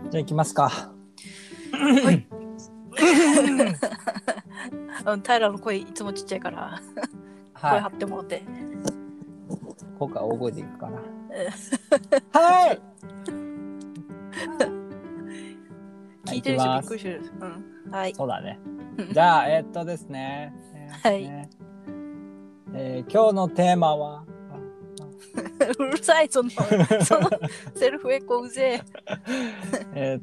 じゃあ行きますか。 はい。平の声いつもちっちゃいから声張ってもらって。 今回大声でいくかな。はい。 聞いてる人びっくりする。はい。 そうだね。じゃあですね。 はい。 今日のテーマはうるさいそのセルフエコうぜえ。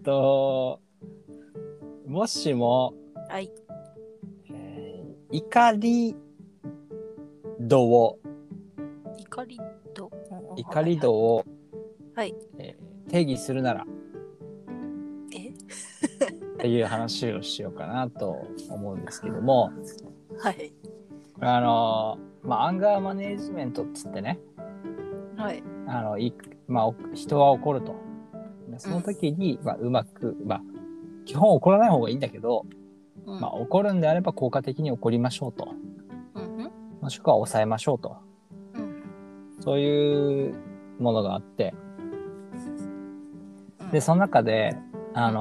もしも、 はい。 怒り度をはい、 定義するならっていう話をしようかなと思うんですけども、 はい。 アンガーマネージメントっつってね、 はい。 人は怒ると。その時に、うまく、基本怒らない方がいいんだけど、怒るんであれば効果的に怒りましょうと。もしくは抑えましょうと。そういうものがあって。で、その中で、例え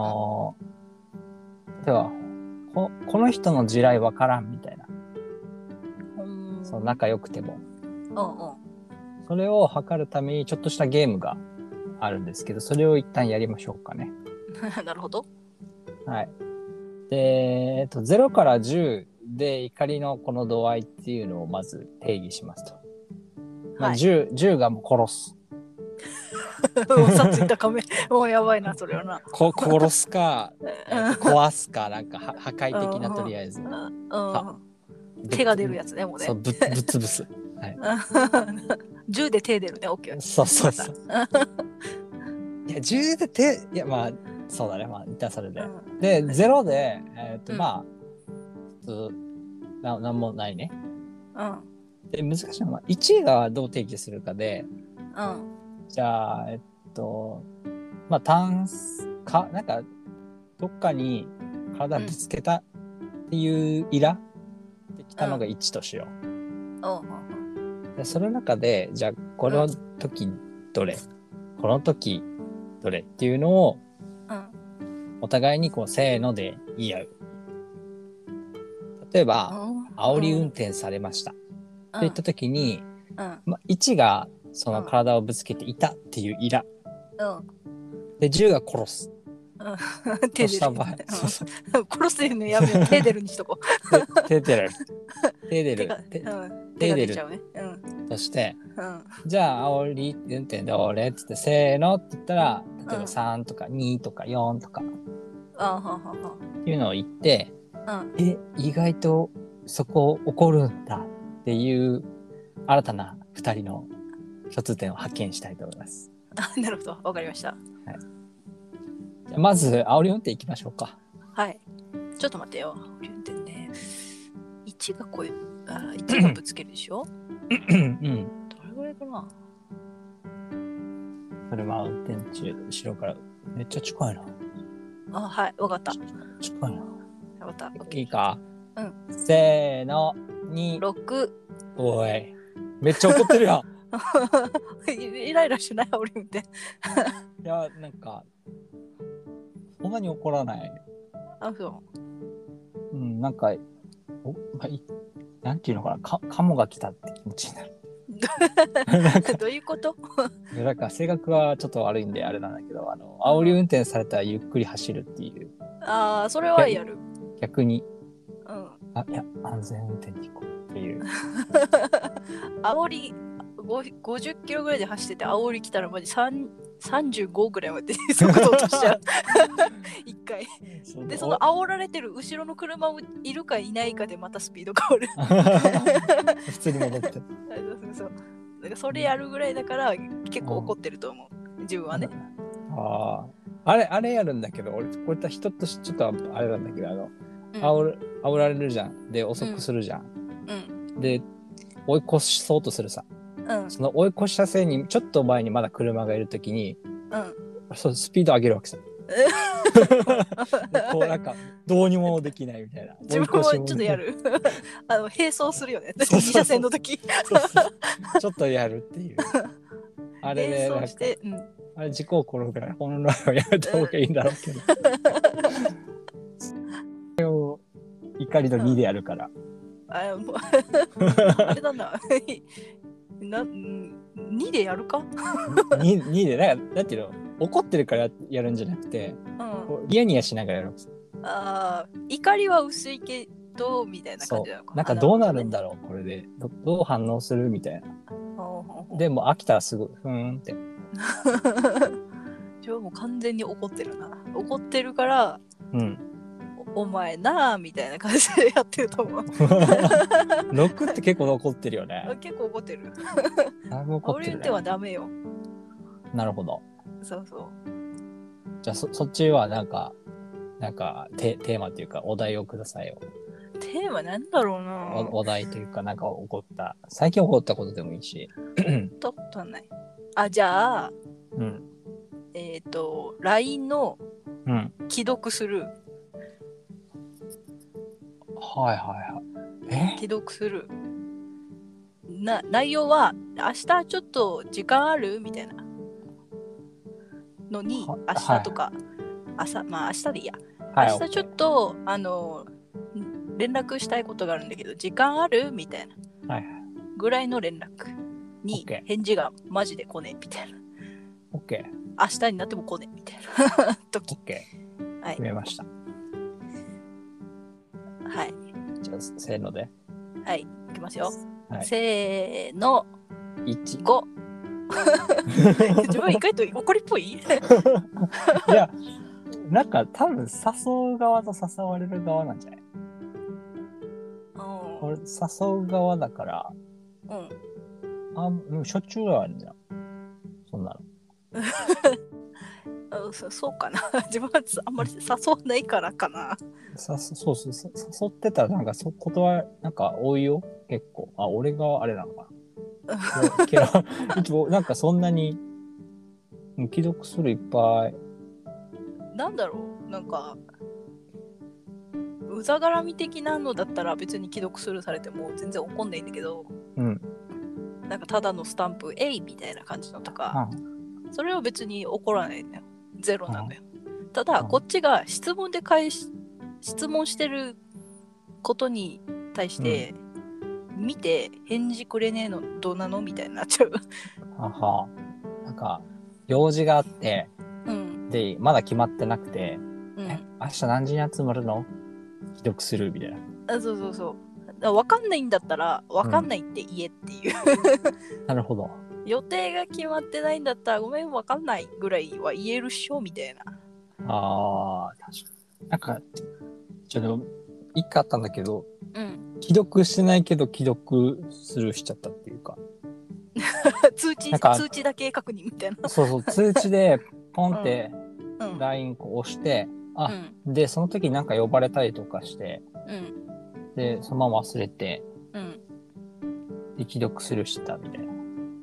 ば、この人の地雷わからんみたいな。そう、仲良くても。それを測るためにちょっとしたゲームがあるんですけど、それを一旦やりましょうかね。 なるほど。はい。 で、0から10で怒りのこの度合いっていうのをまず定義しますと。10がもう殺す。 さついた亀。もうやばいな、それはな。 殺すか、壊すか、なんか破壊的なとりあえず。 手が出るやつね、もうね。 そう、ぶつぶす。はい。 10で手出るね、OK。 そう。いや、10で手、いや、そうだね、一旦それで。で、0で、普通、なんもないね。で、難しいのは、1がどう定義するかで、じゃあ、なんか、どっかに体ぶつけたっていうイラってきたのが1としよう。でその中で、じゃあ、この時どれ、この時どれっていうのを、お互いにこう、せーので言い合う。例えば、煽り運転されました。って言った時に、1がその体をぶつけていたっていうイラ。で、10が殺す。 手出る。殺すのやめよう。手出るにしとこう。 手出る。そして、じゃあ、煽り運転どれっつって、せーのって言ったら、例えば3とか2とか4とか、っていうのを言って、意外とそこ怒るんだっていう新たな2人の共通点を発見したいと思います。 なるほど、わかりました。はい。 じゃあまず煽り運転いきましょうか。 はい。ちょっと待ってよ。煽り運転ね。1が1がぶつけるでしょ。どれぐらいかな。 車運転中、後ろからめっちゃ近いな。 はい、わかった。 近いな。 わかった。 いいか。せーの、2、 6。 おい、めっちゃ怒ってるやん。 イライラしない煽り運転。いや、なんか、そんなに怒らない。 そう。 なんか、なんていうのかな、カモが来たって気持ちになる。 どういうこと？ なんか性格はちょっと悪いんであれなんだけど、煽り運転されたらゆっくり走るっていう。 それはやる。 逆に。いや、安全運転で行こうっていう。 煽り、50キロぐらいで走ってて、煽り来たらマジ35ぐらいまで速度落としちゃう。一回。で、その煽られてる後ろの車をいるかいないかでまたスピード変わる。 普通に戻って。 そう。だからそれやるぐらいだから結構怒ってると思う。自分はね。 あれやるんだけど、俺こういった人としてちょっとあれなんだけど、煽られるじゃん。で、遅くするじゃん。で、追い越そうとするさ。その追い越したせいにちょっと前にまだ車がいるときに、そうスピード上げるわけさ。こうなんかどうにもできないみたいな。 自分もちょっとやる。並走するよね。2車線の時。 ちょっとやるっていう。あれで並走して、 あれ事故起こるから本来はやめた方がいいんだろうけど。それを怒りの2でやるから。 もうあれだな。2でやるか 2 でなんていうの、怒ってるからやるんじゃなくて、ニヤニヤしながらやるんです。 怒りは薄いけどみたいな感じなのか。 なんかどうなるんだろう、これでどう反応するみたいな。でも飽きたらすぐふーんって。 じゃあもう完全に怒ってるな。怒ってるから、お前なあみたいな感じでやってると思う。 6って結構怒ってるよね。 結構怒ってる。 怒ってる、ね。 煽り運転はダメよ。 なるほど。 そうそう。 じゃあそっちはなんかテーマというかお題をくださいよ。 テーマなんだろうな。 お題というかなんか最近起こったことでもいいし。 起こったことはない。じゃあ、LINE の既読する。 はいはいはい。 既読する。内容は明日ちょっと時間あるみたいなのに、明日とか、明日でいいや。明日ちょっと、連絡したいことがあるんだけど、時間あるみたいな。ぐらいの連絡に返事がマジで来ねえみたいな。明日になっても来ねえみたいな時。 はい。決めました。 はい。 じゃあ、せーので。 はい。いきますよ。せーの。 1。 5。自分意外と怒りっぽいいや、なんか多分誘う側と誘われる側なんじゃない？俺誘う側だから。しょっちゅうはあるじゃん。そんなの。そうかな。自分はあんまり誘わないからかな。 そう誘ってたらなんかなんか多いよ結構。俺があれなのかな。なんかそんなに既読するいっぱい。なんだろう、なんかうざがらみ的なのだったら別に既読スルーされても全然怒んないんだけど、なんかただのスタンプ「えい」みたいな感じのとか、それは別に怒らないのよ。ゼロなのよ。ただこっちが質問してることに対して、見て返事くれねえのどうなのみたいになっちゃう。 なんか用事があって、でまだ決まってなくて、明日何時に集まるの？既読するみたいな。 そう分かんないんだったら分かんないって言えっていう、 なるほど。 予定が決まってないんだったらごめん分かんないぐらいは言えるっしょみたいな。 確かに。なんかちょっと一回あったんだけど、既読してないけど既読スルーしちゃったっていうか。 通知だけ確認みたいな。 通知でポンって、LINE 押して、でその時になんか呼ばれたりとかして、でそのまま忘れて、で既読スルーしてたみたいな。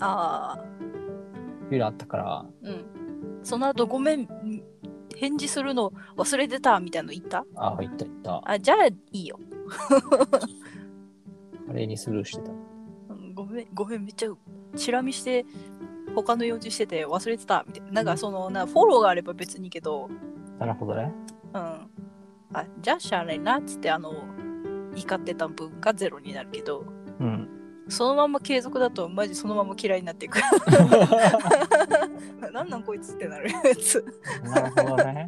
いうのあったから。 その後ごめん返事するの忘れてたみたいなの言った？ 言った。 じゃあいいよ。 あれにスルーしてた。 ごめんめっちゃチラ見して他の用事してて忘れてたみたいな。なんかそのフォローがあれば別にいいけど。 なるほどね。 じゃあしゃあないなっつって怒ってた分がゼロになるけど、そのまま継続だとマジそのまま嫌いになっていく。なんこいつってなるやつ。 なるほどね。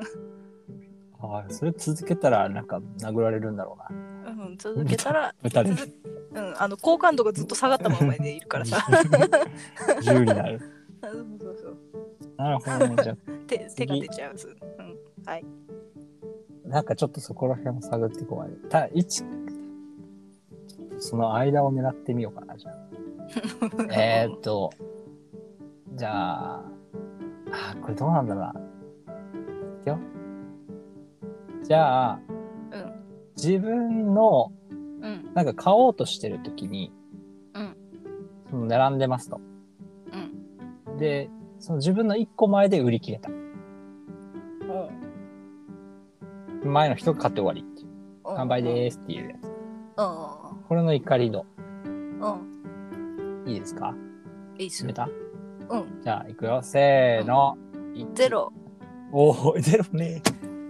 それ続けたらなんか殴られるんだろうな。続けたら撃たれる。 好感度がずっと下がったままでいるからさ。 10になる。 そうなるほどね。じゃあ手が出ちゃう。はい。 なんかちょっとそこら辺を探ってこない。その間を狙ってみようかな、じゃあ。じゃあ、これどうなんだろうな。いくよ。じゃあ、自分の、なんか買おうとしてるときに、その並んでますと。で、その自分の1個前で売り切れた。前の人が買って終わりっていう。完売でーすっていうやつ。これの怒り度。いいですか？ いいっす。 決めた？ うん。 じゃあ、いくよ。せーの。 ゼロ。 おお、ゼロね。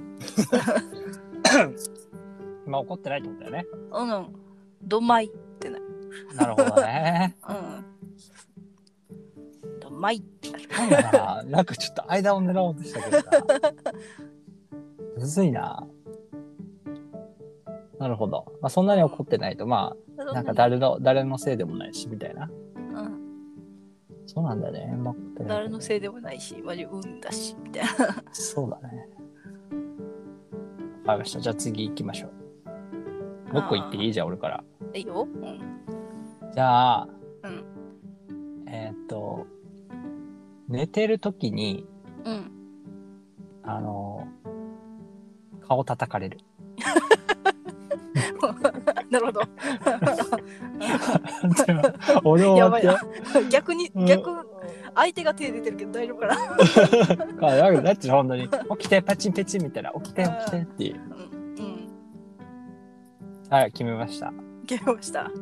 今怒ってないってことだよね。 うん。どんまいってなる。 なるほどね。 うん。どんまいってなる。 なんかちょっと間を狙おうとしたけどさ。むずいな。なるほど。まあ、そんなに怒ってないと、まあ、なんか誰のせいでもないし、みたいな。 うん。 そうなんだね。まあ、 誰のせいでもないし、マジ運だし、みたいな。 そうだね。わかりました。じゃあ次行きましょう。もう一個言っていい？じゃあ俺から。 いいよ。うん。 じゃあ、 うん。 寝てるときに、 うん。 顔叩かれる。 なるほど。 やばいな。逆、相手が手出てるけど大丈夫かな。 だって本当に、起きて、パチンペチンみたいな、起きてっていう。 うん。 はい、決めました。 決めました。 はい。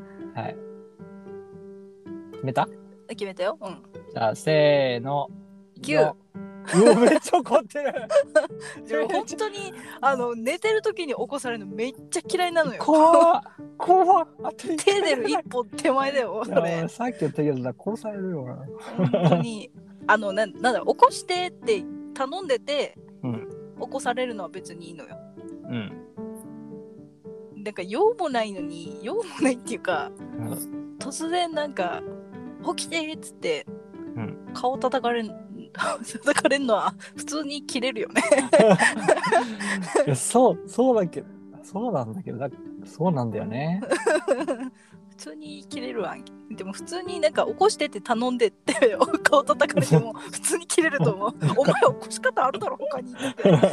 決めた？ 決めたよ。うん。 じゃあ、せーの。 9。 めっちゃ怒ってる。 本当に寝てる時に起こされるのめっちゃ嫌いなのよ。 怖っ。 手出る一歩手前だよ。 さっき言ったけど殺されるよな。 本当になんだ起こしてって頼んでて、 うん、 起こされるのは別にいいのよ。 うん。 なんか用もないのにっていうか、うん、突然なんか起きてっつって、うん、顔叩かれるのは普通に切れるよね。 いやそうだけどそうなんだよね。 普通に切れるわ。でも普通になんか起こしてって頼んでって顔叩かれても普通に切れると思う。お前起こし方あるだろ他にって。な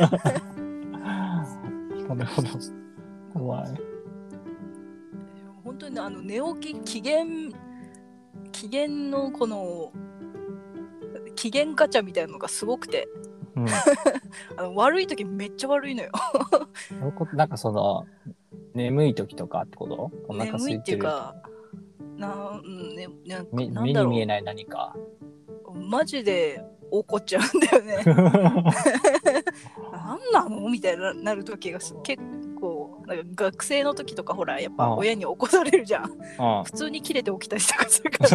るほど。怖い。 本当に寝起き機嫌のこの機嫌ガチャみたいなのがすごくて、うん、悪い時めっちゃ悪いのよ。 なんか眠い時とかってこと？ 眠いっていうか目に見えない何かマジで怒っちゃうんだよね。なんなのみたいになる時が結構なんか学生の時とかほらやっぱ親に起こされるじゃん。普通に切れて起きたりとかするから。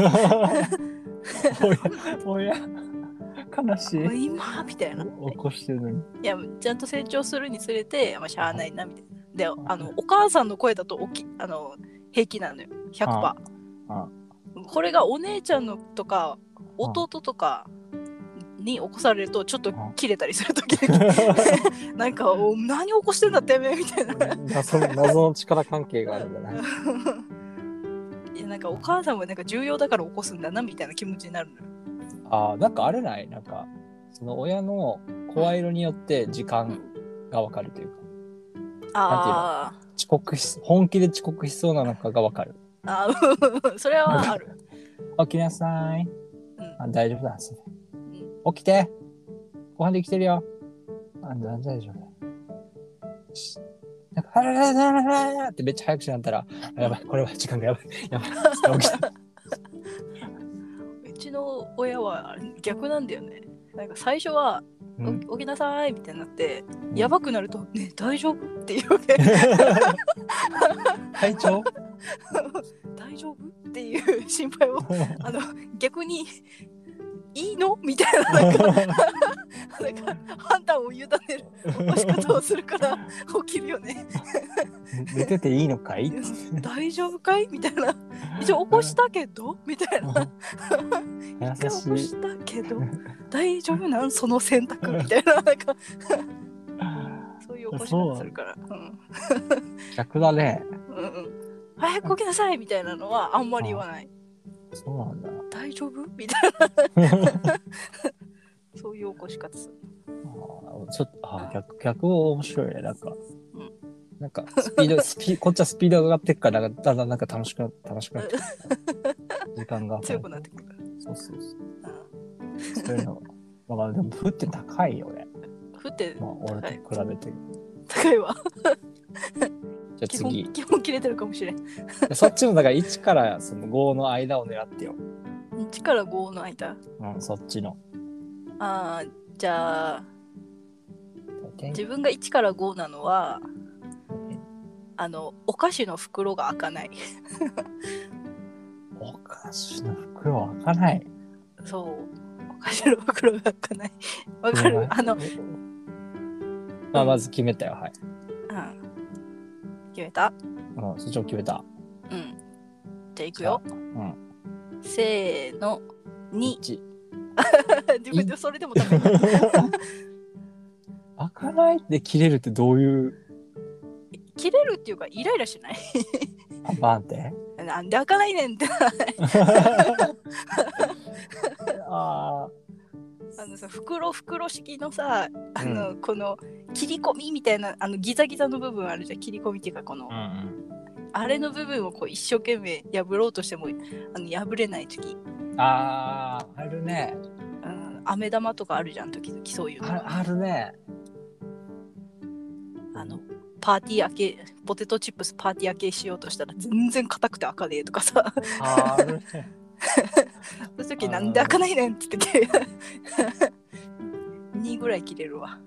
親悲しい。 今みたいな。 起こしてるのに。 いやちゃんと成長するにつれて、しゃあないなみたいな。でお母さんの声だと平気なのよ 100%。これがお姉ちゃんのとか弟とかに起こされるとちょっと切れたりするときなんか何起こしてんだてめえみたいな。 謎の力関係があるんだね。 いやなんかお母さんはなんか重要だから起こすんだなみたいな気持ちになるのよ。 なんかあれない？なんかその親の声色によって時間が分かるというか、なんていうの？本気で遅刻しそうなのかが分かる。 それはある。 起きなさい。大丈夫なんですね。起きて。ご飯できてるよ。大丈夫。なんかってめっちゃ早くなったら、やばい、これは時間がやばい。起きた。 うちの親は逆なんだよね。なんか最初は、起きなさいみたいになって、やばくなると、ね、大丈夫っていうわけ。 体調大丈夫っていう心配を逆にいいのみたいななんか判断を委ねる起こし方をするから起きるよね。 寝てていいのかい？ 大丈夫かいみたいな。一応起こしたけどみたいな。一回起こしたけど大丈夫なんその選択みたいななんかそういう起こし方するから。 逆だね。 早く起きなさいみたいなのはあんまり言わない。 そうなんだ。 大丈夫みたいな。そういう起こし方する。 ちょっと逆面白いね。なんかスピードこっちはスピードが上がってくからだんだんなんか楽しくなって時間が強くなってくるから。 そう。そういうの。でもフって高いよね。 フって俺と比べて高いわ。 じゃあ次。 基本切れてるかもしれん。 そっちもだから1からその5の間を狙ってよ。 1から5の間。 うん、そっちの。 じゃあ、自分が1から5なのは、お菓子の袋が開かない。 お菓子の袋開かない。 そう。お菓子の袋が開かない。わかる？ まず決めたよ、はい。 決めた？ そっちも決めた。 じゃあ行くよ。せーの、2。自分でそれでもダメ。 開かないって切れるってどういう？ 切れるっていうかイライラしない？ バンってなんで開かないねんってさ、袋式のさ、この切り込みみたいなギザギザの部分あるじゃん。切り込みっていうかこの、あれの部分をこう一生懸命破ろうとしても破れない時あるね。 飴玉とかあるじゃん、時々そういうの。 あるね。 パーティー明け、ポテトチップスパーティー明けしようとしたら全然硬くて開かねえとかさ。 あるね。 そういう時なんで開かないねんって言って2ぐらい切れるわ。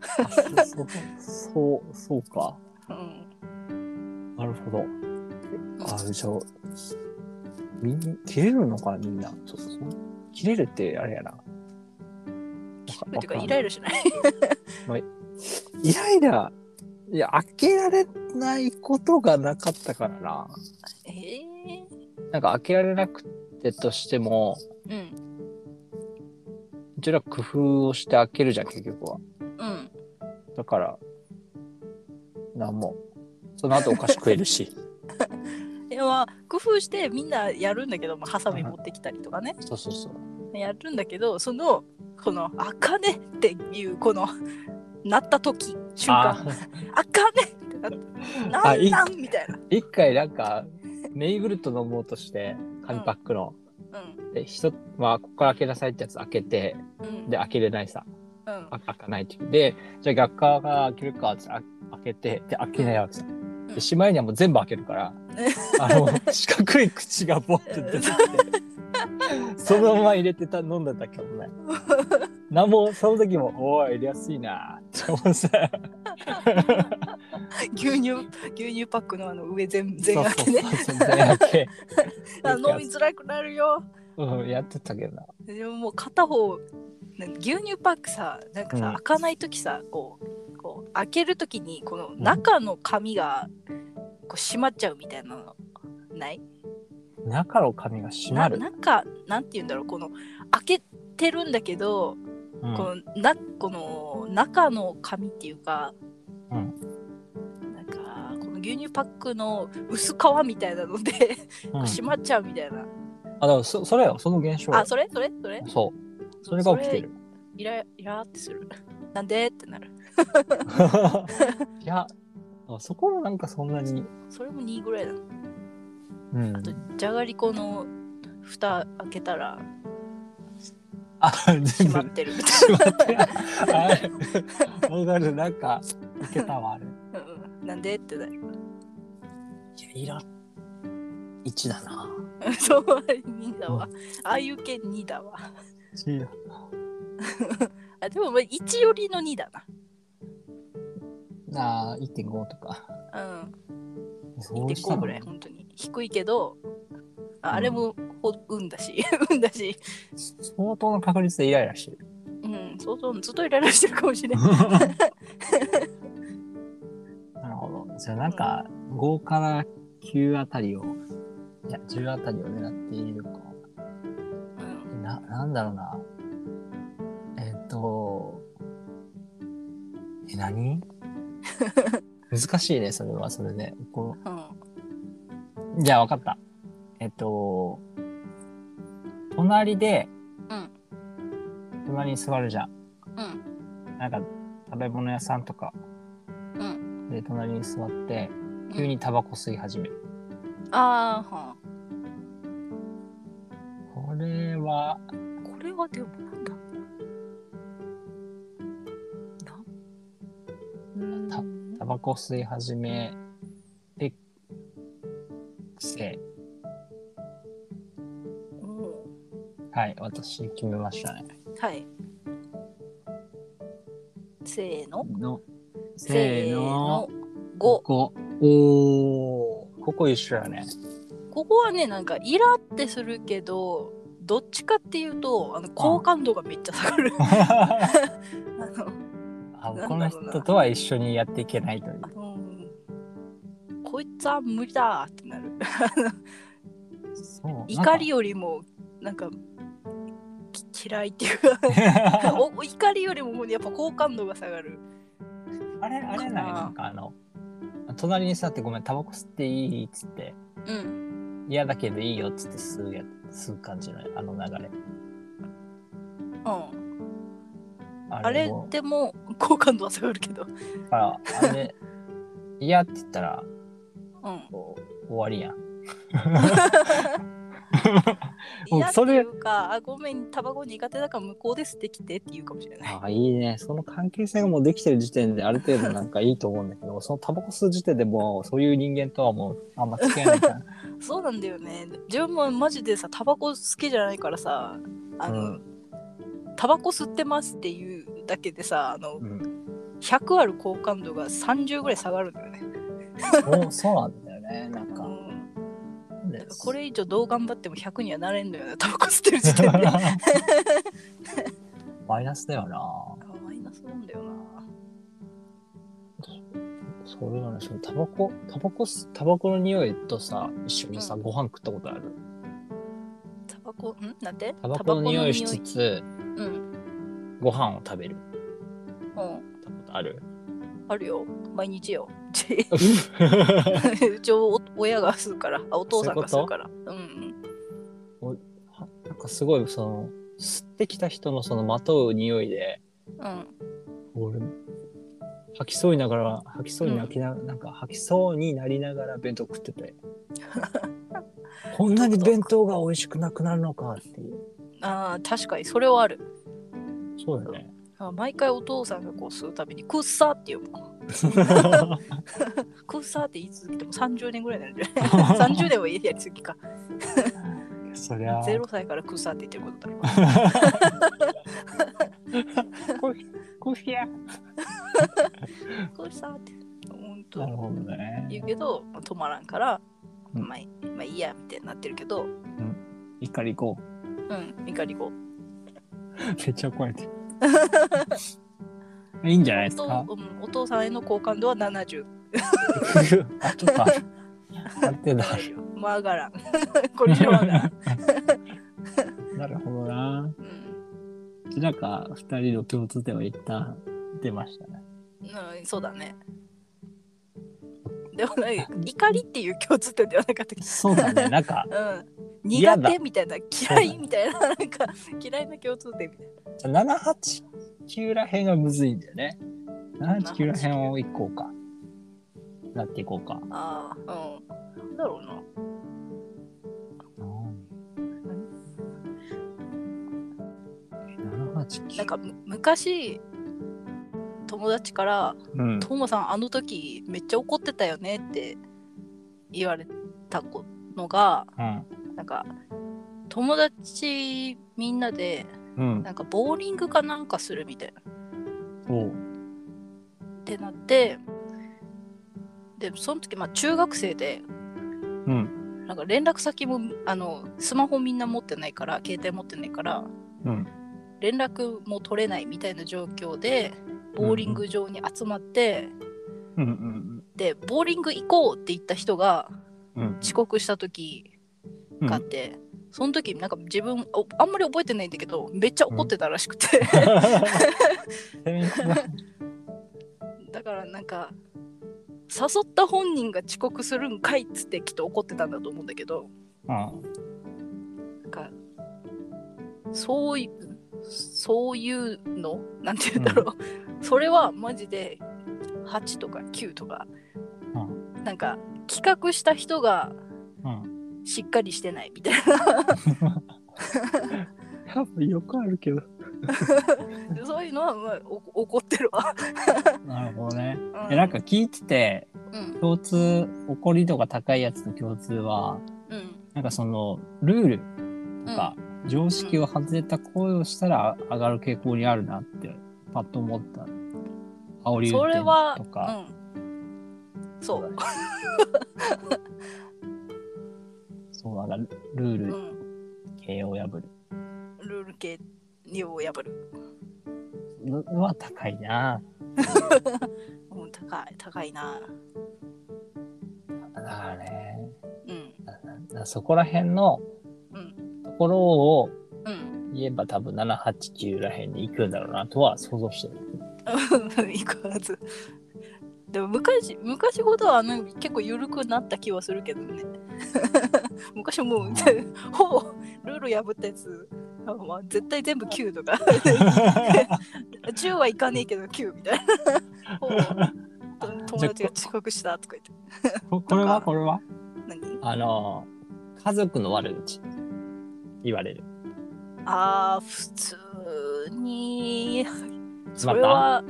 そうか。なるほど。じゃあ切れるのかな、みんな。切れるってあれやな。 てかイライラしない？ イライラ、いや、開けられないことがなかったからな。なんか開けられなくてとしても、うちら工夫をして開けるじゃん、結局は。だから、なんも。その後お菓子食えるし。 工夫してみんなやるんだけど、ハサミ持ってきたりとかね。 そうやるんだけど、この開かねっていうこのなった時瞬間、開かねってなんみたいな。 一回なんかメイグルト飲もうとして紙パックの、でここから開けなさいってやつ開けて、で開けれないさ、開かないっていうで、じゃあ逆側から開けるかって開けて、で開けないわけさ。でしまいにはもう全部開けるから四角い口がボッて出てきてそのまま入れて飲んだんだけどね。なんもその時もおい入れやすいなって思うさ。 牛乳パックの上全開けね。 全開け。 飲みづらくなるよ。 やってたけどな。 でももう片方牛乳パックさ、なんかさ、開かない時さ、こう開ける時にこの中の紙がこう閉まっちゃうみたいなのない？ 中の紙が閉まる？ なんて言うんだろう、この開けてるんだけど、この中の紙っていうか、なんかこの牛乳パックの薄皮みたいなので閉まっちゃうみたいな。 だからそれよ、その現象。 それそうそれが起きてる。 イラってする。なんでってなる。 いや、そこもなんかそんなに。 それも2ぐらいだ。あとじゃがりこの蓋開けたら閉まってるみたいな。 わかる、なんか開けたわあれ。 なんでってなる。 いや、1だな。 そう2だわ。ああいう系2だわ。 1だな。でも1よりの2だな。1.5 とか。 1.5 ぐらい本当に低いけど、あれも運だし相当の確率でイライラしてる。 相当ずっとイライラしてるかもしれない。 なるほど。じゃあなんか5から9あたりを、いや10あたりを狙っているか。なんだろうな。何？難しいね、それはそれで。じゃあ分かった。隣で、隣に座るじゃん。なんか食べ物屋さんとか、で隣に座って急にタバコ吸い始める。これはでもなんだ。 タバコ吸い始めてはい、私決めましたね。 はい。せーの。 せーの。 5。 おー、ここ一緒やね。 ここはね、なんかイラってするけど、どっちかっていうと、好感度がめっちゃ下がる。 この人とは一緒にやっていけないという。 こいつは無理だってなる。 そう怒りよりも、なんか、嫌いっていうか怒りよりもやっぱ好感度が下がる。 あれなんか隣に座ってごめんタバコ吸っていいっつって、うん、嫌だけどいいよっつって吸う感じの流れ。 あれでも好感度は下がるけど。 あれ嫌って言ったら、終わりやん。 嫌っていうか、ごめんタバコ苦手だから向こうで吸ってきてって言うかもしれない。 いいね。その関係性がもうできてる時点である程度なんかいいと思うんだけど、そのタバコ吸う時点でもうそういう人間とはもうあんま付き合えないから。 そうなんだよね。自分もマジでさタバコ好きじゃないからさ、タバコ吸ってますっていうだけでさ100ある好感度が30ぐらい下がるんだよね。 そうなんだよね。なんか。 これ以上どう頑張っても100にはなれんのよね、タバコ吸ってる時点で。 マイナスだよな。 マイナスなんだよな。 それはね、タバコの匂いとさ、一緒にさ、ご飯食ったことある？ タバコ、なんて？ タバコの匂いしつつ、ご飯を食べる。食ったことある？ あるよ、毎日よ。うち親が吸うから、お父さんが吸うから。 なんかすごい吸ってきた人のまとう匂いで、俺吐きそうになりながら弁当食ってて、こんなに弁当が美味しくなくなるのかっていう。 確かにそれはある。 そうだね。 毎回お父さんがこう吸うたびにくっさって言うもん。くっさって言い続けても30年ぐらいになるんじゃない？ 30 年はやりすぎか。 そりゃ 0歳からくっさって言ってることだろ。 くっひゃくっさって本当なるほどね。 言うけど、止まらんから、まあいいやみたいになってるけど、 怒りこう。怒りこ。 めっちゃ怖いて。いいんじゃないですか。 お父さんへの好感度は70。 ちょっとある程度ある。 曲がらん。これ以上曲がらん。 なるほどな。なんか2人の共通点は一旦出ましたね。 そうだね。でも怒りっていう共通点ではなかったけど。 そうだね。なんか、 苦手みたいな、嫌いみたいな、なんか嫌いな共通点みたいな。789らへんがむずいんだよね。789らへんをいこうか。なっていこうか。 なんだろうな。なんか昔友達から「トモさんあの時めっちゃ怒ってたよね」って言われたのが、なんか友達みんなで、なんかボーリングかなんかするみたいな。ってなって、でその時中学生で、なんか連絡先もスマホみんな持ってないから、携帯持ってないから、連絡も取れないみたいな状況でボーリング場に集まって、でボーリング行こうって言った人が遅刻した時があって、その時なんか自分あんまり覚えてないんだけどめっちゃ怒ってたらしくて、だからなんか誘った本人が遅刻するんかいっつってきっと怒ってたんだと思うんだけど、なんかそういうのなんて言うんだろう、それはマジで8とか9とか、なんか企画した人がしっかりしてないみたいな。 多分よくあるけどそういうのは怒ってるわ。 なるほどね。なんか聞いてて、共通怒り度が高いやつの共通は、なんかルールとか、 常識を外れた行為をしたら上がる傾向にあるなってパッと思った。煽り運転とか。 そう。 そうなんだ、ルール系を破る。 ルール系を破る。 のは高いな。 高いな。 だからね、そこら辺のところを言えば多分7、8、9ら辺に行くんだろうなとは想像してる。 行くはず。でも昔ほどは結構緩くなった気はするけどね。昔もうほぼルール破ったやつ、まあ、絶対全部9とか10はいかねえけど9みたいな。友達が遅刻したとか言って。 これは何？ 家族の悪口言われる。 普通にそれは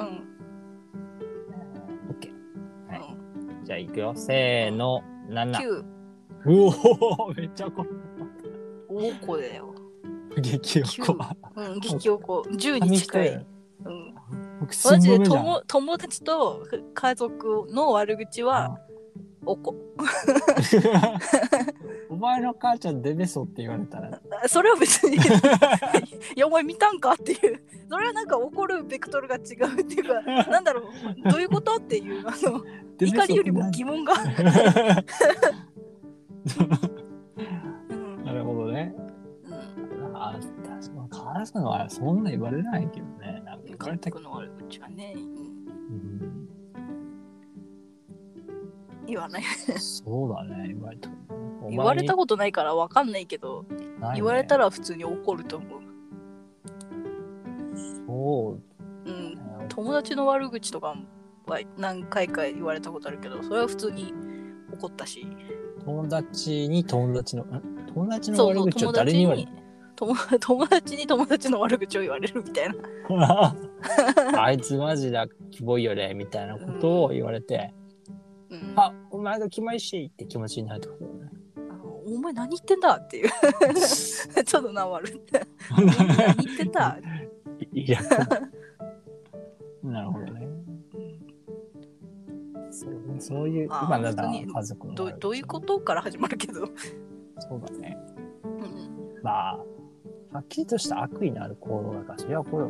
OK、はい、じゃあいくよ、せーの、7。 9。 うお、めっちゃ怒る。 大子だよ。 激おこ。 激おこ。10に近い。 マジで友達と家族の悪口はおこ。 お前の母ちゃんデベソって言われたらそれは別にいやお前見たんかっていう、それはなんか怒るベクトルが違うっていうか、なんだろう、どういうことっていう怒りよりも疑問がなるほどね。母さんはそんな言われないけどね。なんか言われた家族の悪口はね、言わない。 そうだね、 言われたことないから分かんないけど、言われたら普通に怒ると思う。 そう。 友達の悪口とかは何回か言われたことあるけど、それは普通に怒ったし。 友達に友達の悪口を誰に言われる？ 友達に友達の悪口を言われるみたいな。 あいつマジだキモいよねみたいなことを言われて、お前がキモいしって気持ちになるってことだね。 お前何言ってんだっていうちょっとなまる何言ってんだいやなるほどね。そういう今だな、家族のどういうことから始まるけどそうだね。まあはっきりとした悪意のある行動だからそれはこれも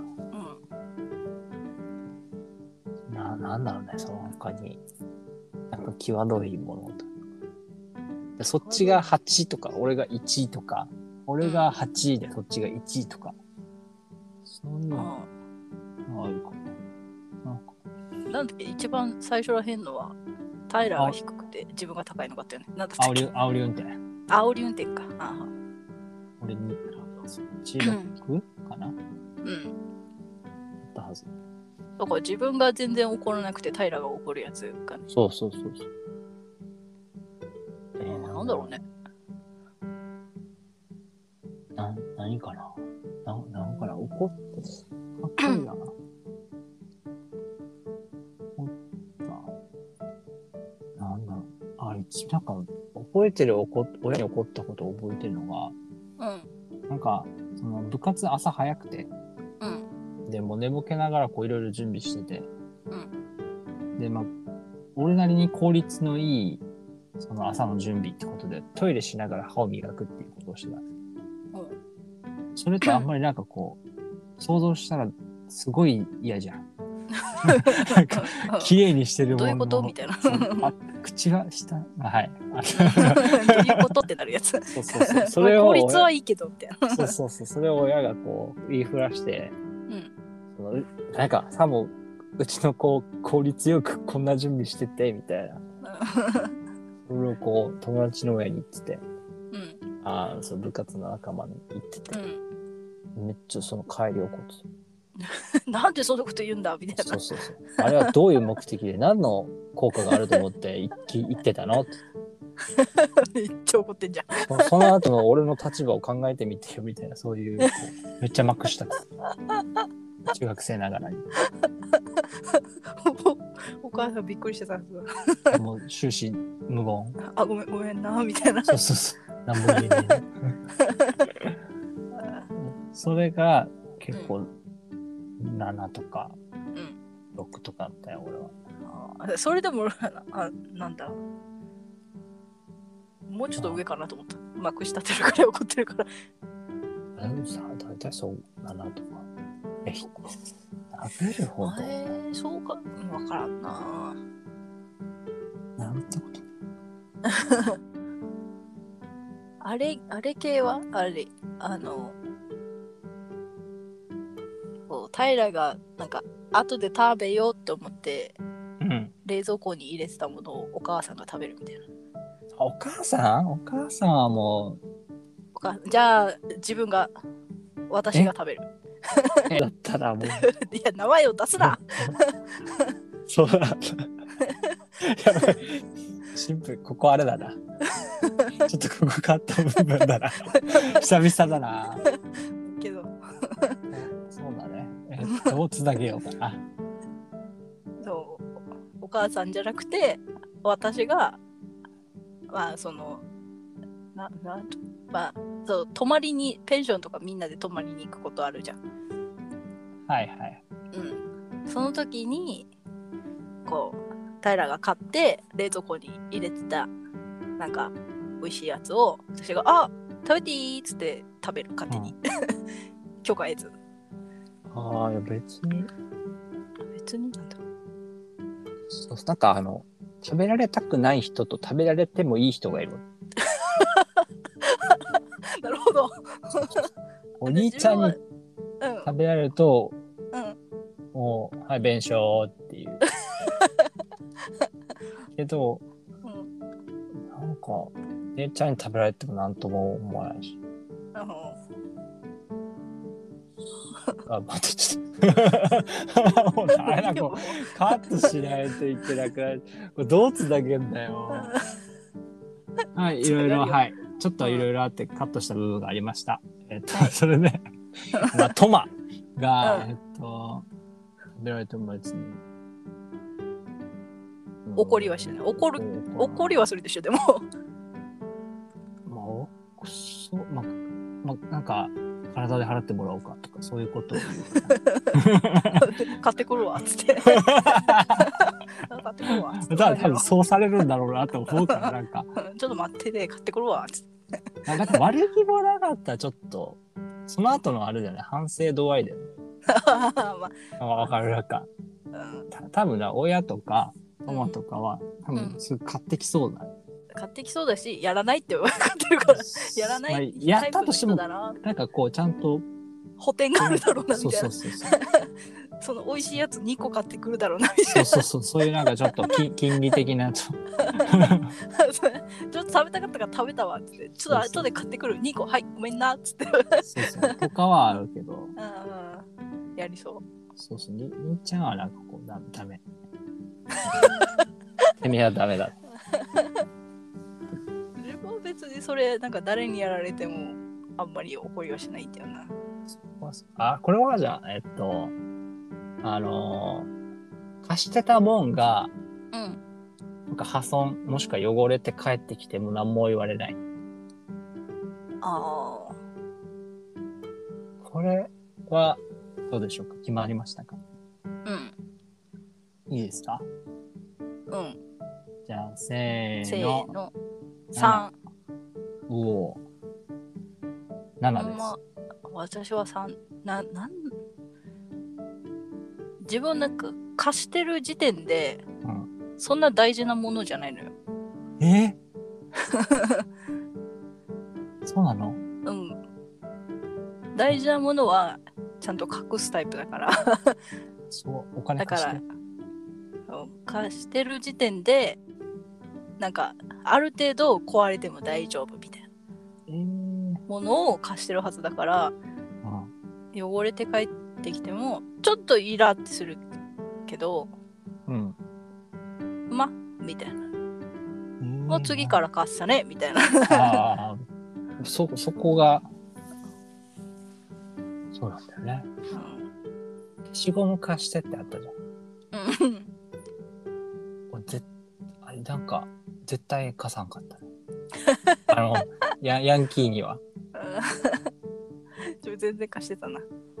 な。なんだろうね、その他になんか際どいものと。そっちが8とか俺が1とか、俺が8でそっちが1とか、そういうのあるかな。 なんだっけ、一番最初らへんのは平が低くて自分が高いのかったよね。なんだっけ、 煽り運転。 煽り運転か。 俺に中学かな。だったはず。 だから自分が全然怒らなくて平が怒るやつかね。 そう。 なんだろうね。 何かな。なんかな、怒ってかっこいいな。なんだろう。なんか覚えてる親に怒ったことを覚えてるのが、なんかその部活朝早くて、でも寝ぼけながらこういろいろ準備してて、で俺なりに効率のいいその朝の準備ってことでトイレしながら歯を磨くっていうことをしてた。それってあんまりなんかこう想像したらすごい嫌じゃん。なんか綺麗にしてるもの。 どういうことみたいな。 口が下はい。 どういうことってなるやつ。 そう。それを効率はいいけどみたいな。 そう。それを親がこう言いふらして、なんかさもうちの子効率よくこんな準備しててみたいな。それをこう友達の親に言ってて、そう部活の仲間に言ってて、めっちゃその帰り怒ってた。 なんでそんなこと言うんだみたいな。 そう。あれはどういう目的で何の効果があると思って言ってたのって。 めっちゃ怒ってんじゃん。 その後の俺の立場を考えてみてよみたいな、そういうめっちゃまくした中学生ながらに。 お母さんびっくりしてたんですよ。もう終始無言。 ごめんなみたいな。 そう。何も言えない。 それが結構7とか6とかだったよ、俺は。 それでもなんだ、もうちょっと上かなと思った。まくし立てるくらい怒ってるから。 さ、大体そう7とか。食べるほど。 そうか、わからんな。 なんてこと。 あれ系は平がなんか後で食べようって思って、冷蔵庫に入れてたものをお母さんが食べるみたいな。 お母さんはもうじゃあ私が食べる。 だったらもういや、名前を出すな。 そうだ。やばい。シンプル、ここあれだな。ちょっとここカット部分だな。久々だな。 けど。 そうだね。どうつなげようかな。 そう、お母さんじゃなくて、私が、泊まりに、ペンションとかみんなで泊まりに行くことあるじゃん。 はいはい。 その時に、平が買って冷蔵庫に入れてた、なんか、美味しいやつを、私が、食べていいっつって食べる、勝手に。許可得ず。 いや別になんだ。 そう、なんか食べられたくない人と食べられてもいい人がいる。 なるほど。 お兄ちゃんに食べられると、もう、はい、弁償っていう。けど、なんか、姉ちゃんに食べられてもなんとも思わないし。待って、ちょっと。もうあれだ、こう、カットしないといけなくなる。これどうつなげんだよ。はい、いろいろ、はい。ちょっといろいろあってカットした部分がありました。それで、トマが、食べられても別に。 怒りはしない。怒りはするでしょ、でも。 なんか、体で払ってもらおうかとか、そういうことを言う。買ってくるわ、つって。買ってくるわ。 多分そうされるんだろうなと思うから、なんか。 ちょっと待ってで買ってくるわ、つって。 なんか悪気もなかったらちょっと、その後のあれだよね、反省度合いだよね。わかる、なんか。多分親とか、ママとかは、多分すぐ買ってきそうだね。 買ってきそうだし、やらないって分かってるから、やらないやったとしても、なんかこう、ちゃんと補填があるだろうなみたいな。 そう。 その美味しいやつ2個買ってくるだろうなみたいな。 そういうなんかちょっと金利的なちょっと食べたかったから食べたわっつって、ちょっと後で買ってくる2個、はい、ごめんなっつって。 そうとかはあるけど。 やりそう。 そう、兄ちゃんはなんかこう、ダメ。君はダメだ。 自分は別にそれ、なんか誰にやられてもあんまり怒りはしないんだよな。 これはじゃあ、貸してたもんが、なんか破損、もしくは汚れて帰ってきても何も言われない。これは、どうでしょうか？決まりましたか？いいですか？じゃあ、せーの。 3。 7です。 私は3。自分なんか貸してる時点で、そんな大事なものじゃないのよ。 そうなの？ 大事なものはちゃんと隠すタイプだから。 お金貸して。 だから貸してる時点でなんかある程度壊れても大丈夫みたいなものを貸してるはずだから、汚れて帰ってきてもちょっとイラってするけど、みたいな。もう次から貸したねみたいな。 そこがそうなんだよね。消しゴム貸してってあったじゃん。なんか絶対貸さんかったね。ヤンキーには。 全全然貸してたな。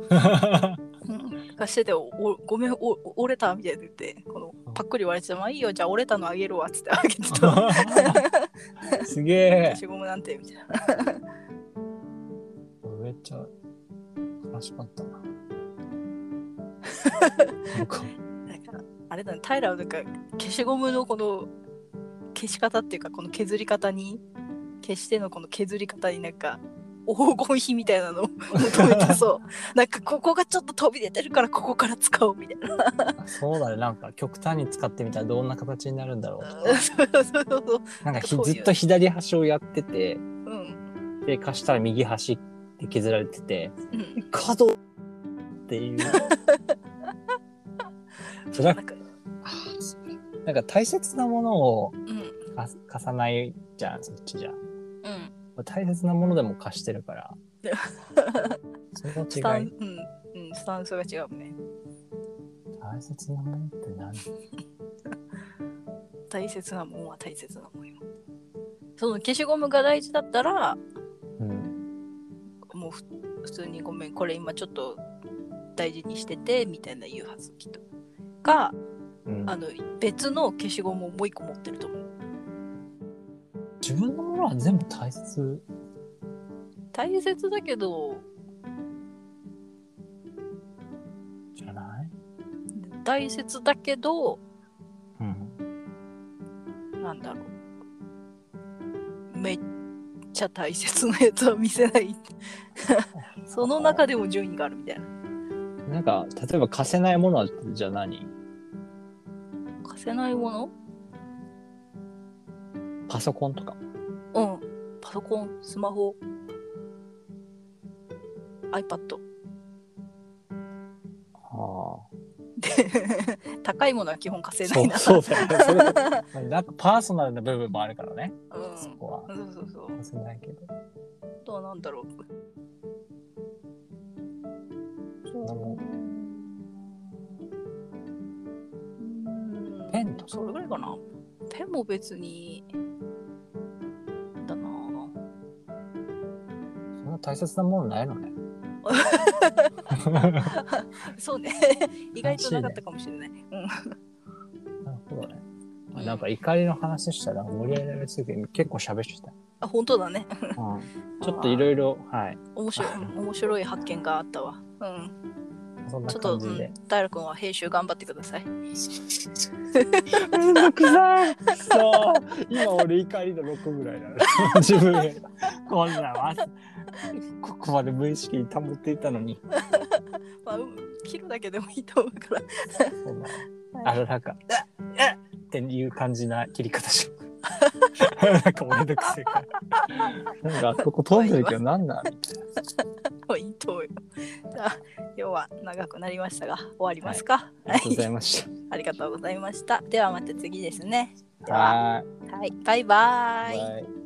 貸しててごめん折れたみたいな言ってこのパックリ割れてたまあいいよじゃあ折れたのあげるわっつってあげてた。 すげえ。 消しゴムなんてみたいな。 めっちゃ悲しかったな。 なんかあれだね、タイラーなんか消しゴムのこの消し方っていうかこの削り方に消してのこの削り方になんか黄金比みたいなのを求めてそうなんかここがちょっと飛び出てるからここから使おうみたいな。 そうだね、なんか極端に使ってみたらどんな形になるんだろうとかそうなんかずっと左端をやってて、うん、で貸したら右端って削られてて、うん、角っていうそれはなんか大切なものを貸さないじゃん、そっちじゃん。うん、大切なものでも貸してるから。その違い。 スタンスが違うね。 大切なものって何？ 大切なものは大切なものよ。その消しゴムが大事だったら、うん、もう普通にごめんこれ今ちょっと大事にしててみたいな言うはずきっと。か、うん、別の消しゴムをもう一個持ってると思う。 自分のものは全部大切だけどじゃない？ 大切だけど、うん、なんだろうめっちゃ大切なやつは見せないその中でも順位があるみたいな。 なんか例えば貸せないものはじゃあ何？ 貸せないもの？ パソコンとか。 うん。パソコン、スマホ、iPad。はあ。高いものは基本貸せないな。 そうだよね。それなんかパーソナルな部分もあるからね。うん。そこは。 そう。 貸せないけど。 あとはなんだろう。ペンとそれぐらいかな。ペンも別にだな。 そんな大切なものないのね。 そうね。意外となかったかもしれない。うん。なるほどね。なんか怒りの話したら盛り上がりすぎて結構喋ってた。 あ、本当だね。 うん、ちょっといろいろはい面白い発見があったわ。うん。 そんな感じで。 タイラ君は編集頑張ってください。 めんどくさい。そう。今俺怒りの6ぐらいなの。自分へ。こんなここまで無意識に保っていたのに。 まあ、切るだけでもいいと思うから。 なんかっていう感じな切り方しよう。なんか俺の癖か。なんかあそこ飛んでるけどなんだみたいな。 いいと思うよ。じゃあ今日は長くなりましたが終わりますか。 ありがとうございました。 ありがとうございました。ではまた次ですね。でははい、バイバイ。